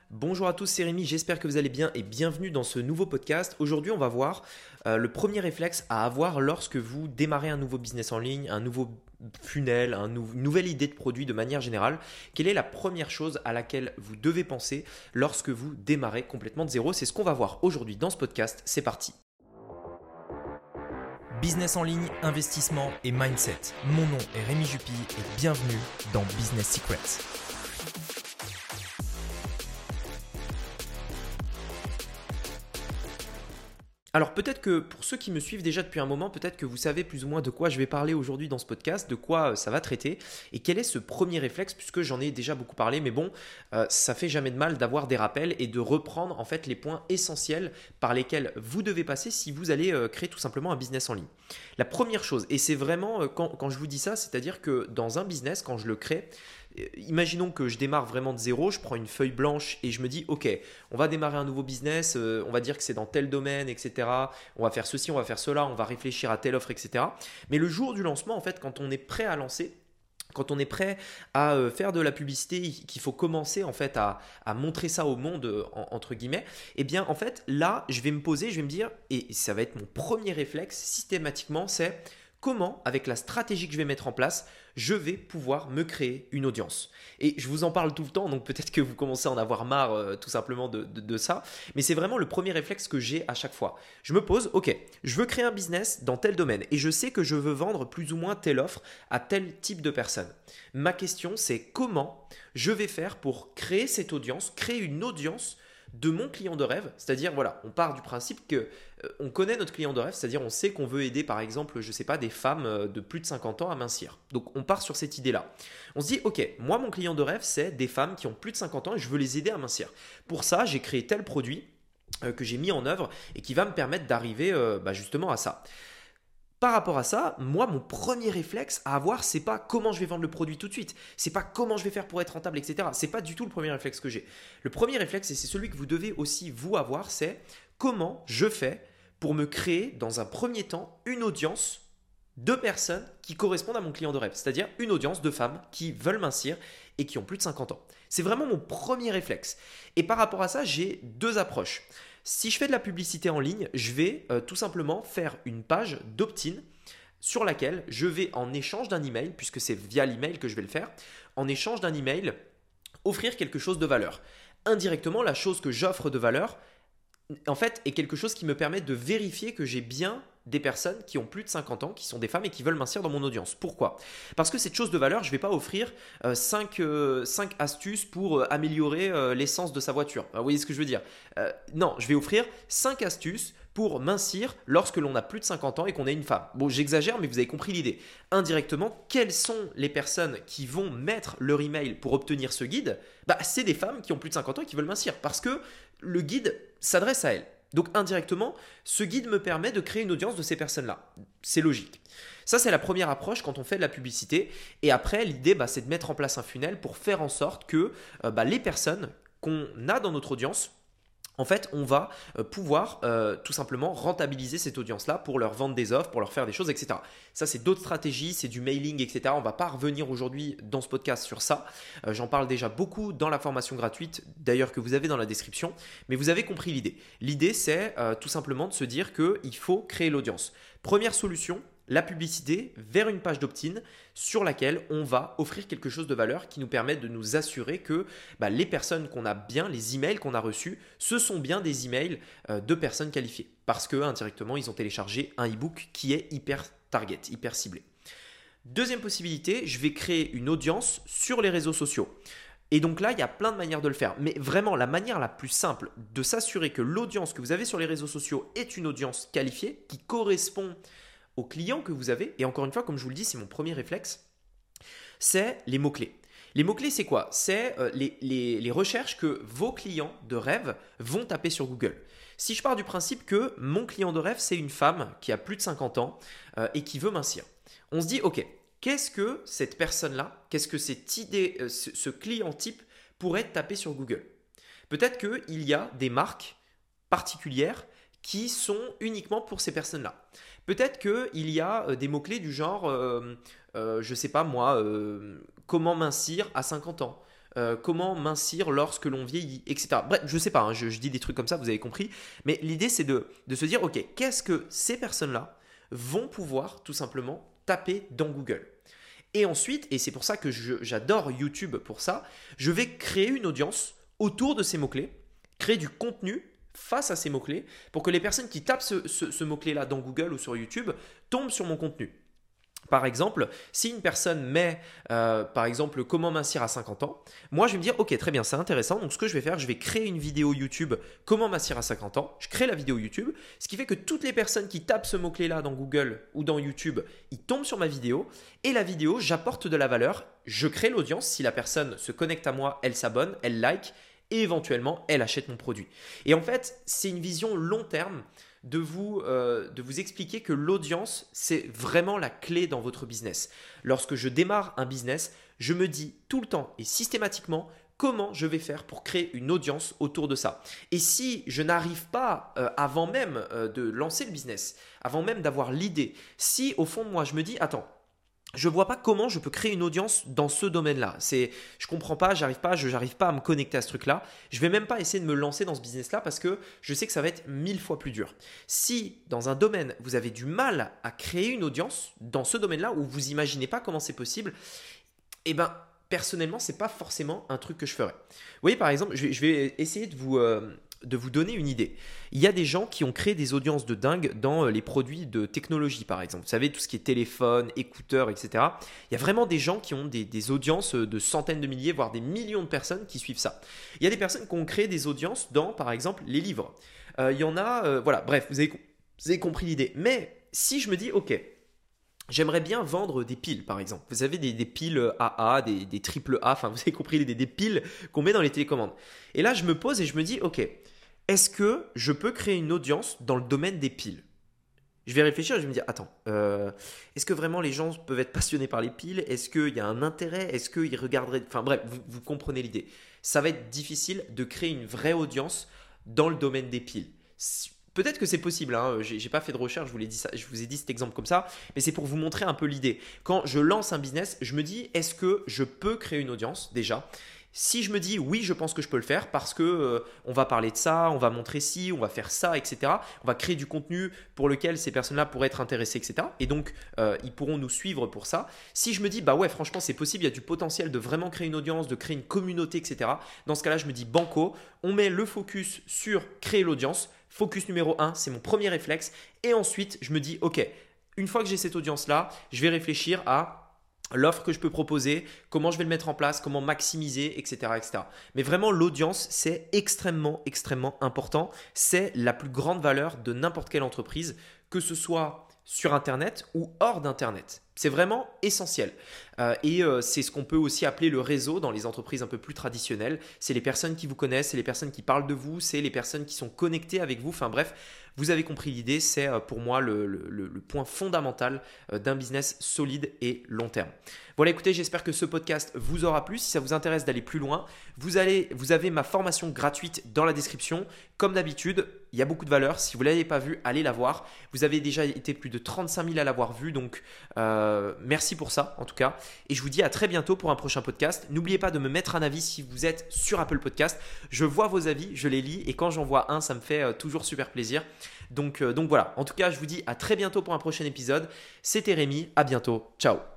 Bonjour à tous, c'est Rémi, j'espère que vous allez bien et bienvenue dans ce nouveau podcast. Aujourd'hui, on va voir le premier réflexe à avoir lorsque vous démarrez un nouveau business en ligne, un nouveau funnel, une nouvelle idée de produit de manière générale. Quelle est la première chose à laquelle vous devez penser lorsque vous démarrez complètement de zéro? C'est ce qu'on va voir aujourd'hui dans ce podcast. C'est parti. Business en ligne, investissement et mindset. Mon nom est Rémi Jupy et bienvenue dans Business Secrets. Alors peut-être que pour ceux qui me suivent déjà depuis un moment, peut-être que vous savez plus ou moins de quoi je vais parler aujourd'hui dans ce podcast, de quoi ça va traiter et quel est ce premier réflexe, puisque j'en ai déjà beaucoup parlé, mais bon, ça fait jamais de mal d'avoir des rappels et de reprendre en fait les points essentiels par lesquels vous devez passer si vous allez créer tout simplement un business en ligne. La première chose, et c'est vraiment quand je vous dis ça, c'est-à-dire que dans un business, quand je le crée, imaginons que je démarre vraiment de zéro, je prends une feuille blanche et je me dis ok, on va démarrer un nouveau business, on va dire que c'est dans tel domaine, etc. On va faire ceci, on va faire cela, on va réfléchir à telle offre, etc. Mais le jour du lancement, en fait, quand on est prêt à lancer, quand on est prêt à faire de la publicité, qu'il faut commencer en fait à montrer ça au monde, entre guillemets, eh bien en fait là, je vais me poser, je vais me dire, et ça va être mon premier réflexe systématiquement, c'est comment, avec la stratégie que je vais mettre en place, je vais pouvoir me créer une audience. Et je vous en parle tout le temps, donc peut-être que vous commencez à en avoir marre tout simplement de ça, mais c'est vraiment le premier réflexe que j'ai à chaque fois. Je me pose, ok, je veux créer un business dans tel domaine et je sais que je veux vendre plus ou moins telle offre à tel type de personne. Ma question, c'est comment je vais faire pour créer cette audience, créer une audience de mon client de rêve, c'est-à-dire voilà, on part du principe que on connaît notre client de rêve, c'est-à-dire on sait qu'on veut aider par exemple, je sais pas, des femmes de plus de 50 ans à mincir. Donc on part sur cette idée-là. On se dit ok, moi mon client de rêve c'est des femmes qui ont plus de 50 ans et je veux les aider à mincir. Pour ça, j'ai créé tel produit que j'ai mis en œuvre et qui va me permettre d'arriver justement à ça. Par rapport à ça, moi, mon premier réflexe à avoir, c'est pas comment je vais vendre le produit tout de suite, c'est pas comment je vais faire pour être rentable, etc. C'est pas du tout le premier réflexe que j'ai. Le premier réflexe, et c'est celui que vous devez aussi vous avoir, c'est comment je fais pour me créer dans un premier temps une audience de personnes qui correspondent à mon client de rêve, c'est-à-dire une audience de femmes qui veulent mincir et qui ont plus de 50 ans. C'est vraiment mon premier réflexe. Et par rapport à ça, j'ai deux approches. Si je fais de la publicité en ligne, je vais tout simplement faire une page d'opt-in sur laquelle je vais, en échange d'un email, puisque c'est via l'email que je vais le faire, en échange d'un email, offrir quelque chose de valeur. Indirectement, la chose que j'offre de valeur, en fait, est quelque chose qui me permet de vérifier que j'ai bien des personnes qui ont plus de 50 ans, qui sont des femmes et qui veulent mincir dans mon audience. Pourquoi? Parce que cette chose de valeur, je ne vais pas offrir 5 astuces pour améliorer l'essence de sa voiture. Vous voyez ce que je veux dire? Non, je vais offrir 5 astuces pour mincir lorsque l'on a plus de 50 ans et qu'on est une femme. Bon, j'exagère, mais vous avez compris l'idée. Indirectement, quelles sont les personnes qui vont mettre leur email pour obtenir ce guide? C'est des femmes qui ont plus de 50 ans et qui veulent mincir parce que le guide s'adresse à elles. Donc indirectement, ce guide me permet de créer une audience de ces personnes-là. C'est logique. Ça, c'est la première approche quand on fait de la publicité. Et après, l'idée, c'est de mettre en place un funnel pour faire en sorte que les personnes qu'on a dans notre audience, en fait, on va pouvoir tout simplement rentabiliser cette audience-là pour leur vendre des offres, pour leur faire des choses, etc. Ça, c'est d'autres stratégies, c'est du mailing, etc. On ne va pas revenir aujourd'hui dans ce podcast sur ça. J'en parle déjà beaucoup dans la formation gratuite, d'ailleurs que vous avez dans la description. Mais vous avez compris l'idée. L'idée, c'est tout simplement de se dire qu'il faut créer l'audience. Première solution, la publicité vers une page d'opt-in sur laquelle on va offrir quelque chose de valeur qui nous permet de nous assurer que les personnes qu'on a bien, les emails qu'on a reçus, ce sont bien des emails de personnes qualifiées parce que indirectement, ils ont téléchargé un e-book qui est hyper target, hyper ciblé. Deuxième possibilité, je vais créer une audience sur les réseaux sociaux. Et donc là, il y a plein de manières de le faire. Mais vraiment, la manière la plus simple de s'assurer que l'audience que vous avez sur les réseaux sociaux est une audience qualifiée qui correspond aux clients que vous avez, et encore une fois, comme je vous le dis, c'est mon premier réflexe, c'est les mots-clés. Les mots-clés, c'est quoi? C'est les recherches que vos clients de rêve vont taper sur Google. Si je pars du principe que mon client de rêve, c'est une femme qui a plus de 50 ans et qui veut mincir, on se dit, ok, qu'est-ce que cette personne-là, qu'est-ce que cette idée, ce client type pourrait taper sur Google? Peut-être qu'il y a des marques particulières qui sont uniquement pour ces personnes-là. Peut-être qu'il y a des mots-clés du genre, je ne sais pas moi, comment mincir à 50 ans, comment mincir lorsque l'on vieillit, etc. Bref, je sais pas, hein, je dis des trucs comme ça, vous avez compris. Mais l'idée, c'est de se dire, ok, qu'est-ce que ces personnes-là vont pouvoir tout simplement taper dans Google. Et ensuite, et c'est pour ça que j'adore YouTube pour ça, je vais créer une audience autour de ces mots-clés, créer du contenu face à ces mots-clés pour que les personnes qui tapent ce mot-clé-là dans Google ou sur YouTube tombent sur mon contenu. Par exemple, si une personne met, par exemple, comment mincir à 50 ans, moi je vais me dire, ok, très bien, c'est intéressant. Donc ce que je vais faire, je vais créer une vidéo YouTube, comment mincir à 50 ans. Je crée la vidéo YouTube, ce qui fait que toutes les personnes qui tapent ce mot-clé-là dans Google ou dans YouTube, ils tombent sur ma vidéo. Et la vidéo, j'apporte de la valeur, je crée l'audience. Si la personne se connecte à moi, elle s'abonne, elle like et éventuellement, elle achète mon produit. Et en fait, c'est une vision long terme de vous expliquer que l'audience, c'est vraiment la clé dans votre business. Lorsque je démarre un business, je me dis tout le temps et systématiquement comment je vais faire pour créer une audience autour de ça. Et si je n'arrive pas avant même de lancer le business, avant même d'avoir l'idée, si au fond de moi, je me dis, attends, je ne vois pas comment je peux créer une audience dans ce domaine-là. Je ne comprends pas, j'arrive pas à me connecter à ce truc-là. Je ne vais même pas essayer de me lancer dans ce business-là parce que je sais que ça va être 1000 fois plus dur. Si dans un domaine, vous avez du mal à créer une audience dans ce domaine-là où vous n'imaginez pas comment c'est possible, eh ben, personnellement, ce n'est pas forcément un truc que je ferais. Vous voyez, par exemple, je vais essayer de vous donner une idée. Il y a des gens qui ont créé des audiences de dingue dans les produits de technologie, par exemple. Vous savez, tout ce qui est téléphone, écouteurs, etc. Il y a vraiment des gens qui ont des audiences de centaines de milliers, voire des millions de personnes qui suivent ça. Il y a des personnes qui ont créé des audiences dans, par exemple, les livres. Il y en a, voilà, bref, vous avez compris l'idée. Mais si je me dis, ok, j'aimerais bien vendre des piles, par exemple. Vous avez des piles AA, des triple A, enfin, vous avez compris l'idée, des piles qu'on met dans les télécommandes. Et là, je me pose et je me dis, ok, est-ce que je peux créer une audience dans le domaine des piles? Je vais réfléchir et je vais me dire, attends, est-ce que vraiment les gens peuvent être passionnés par les piles? Est-ce qu'il y a un intérêt? Est-ce qu'ils regarderaient… Enfin bref, vous comprenez l'idée. Ça va être difficile de créer une vraie audience dans le domaine des piles. Peut-être que c'est possible, hein. Je n'ai pas fait de recherche, je vous ai dit cet exemple comme ça, mais c'est pour vous montrer un peu l'idée. Quand je lance un business, je me dis, est-ce que je peux créer une audience déjà? Si je me dis oui, je pense que je peux le faire parce que on va parler de ça, on va montrer ci, on va faire ça, etc. On va créer du contenu pour lequel ces personnes-là pourraient être intéressées, etc. Et donc, ils pourront nous suivre pour ça. Si je me dis, bah ouais, franchement, c'est possible, il y a du potentiel de vraiment créer une audience, de créer une communauté, etc. Dans ce cas-là, je me dis banco, on met le focus sur créer l'audience. Focus numéro 1, c'est mon premier réflexe. Et ensuite, je me dis, ok, une fois que j'ai cette audience-là, je vais réfléchir à l'offre que je peux proposer, comment je vais le mettre en place, comment maximiser, etc. etc. Mais vraiment, l'audience, c'est extrêmement, extrêmement important. C'est la plus grande valeur de n'importe quelle entreprise, que ce soit sur Internet ou hors d'Internet. C'est vraiment essentiel. Et c'est ce qu'on peut aussi appeler le réseau dans les entreprises un peu plus traditionnelles. C'est les personnes qui vous connaissent, c'est les personnes qui parlent de vous, c'est les personnes qui sont connectées avec vous. Enfin bref, vous avez compris l'idée. C'est pour moi le point fondamental d'un business solide et long terme. Voilà, écoutez, j'espère que ce podcast vous aura plu. Si ça vous intéresse d'aller plus loin, vous avez ma formation gratuite dans la description. Comme d'habitude, il y a beaucoup de valeur. Si vous ne l'avez pas vue, allez la voir. Vous avez déjà été plus de 35 000 à l'avoir vue. Donc, merci pour ça en tout cas. Et je vous dis à très bientôt pour un prochain podcast. N'oubliez pas de me mettre un avis si vous êtes sur Apple Podcast. Je vois vos avis, je les lis et quand j'en vois un, ça me fait toujours super plaisir. Donc voilà, en tout cas, je vous dis à très bientôt pour un prochain épisode. C'était Rémi, à bientôt. Ciao.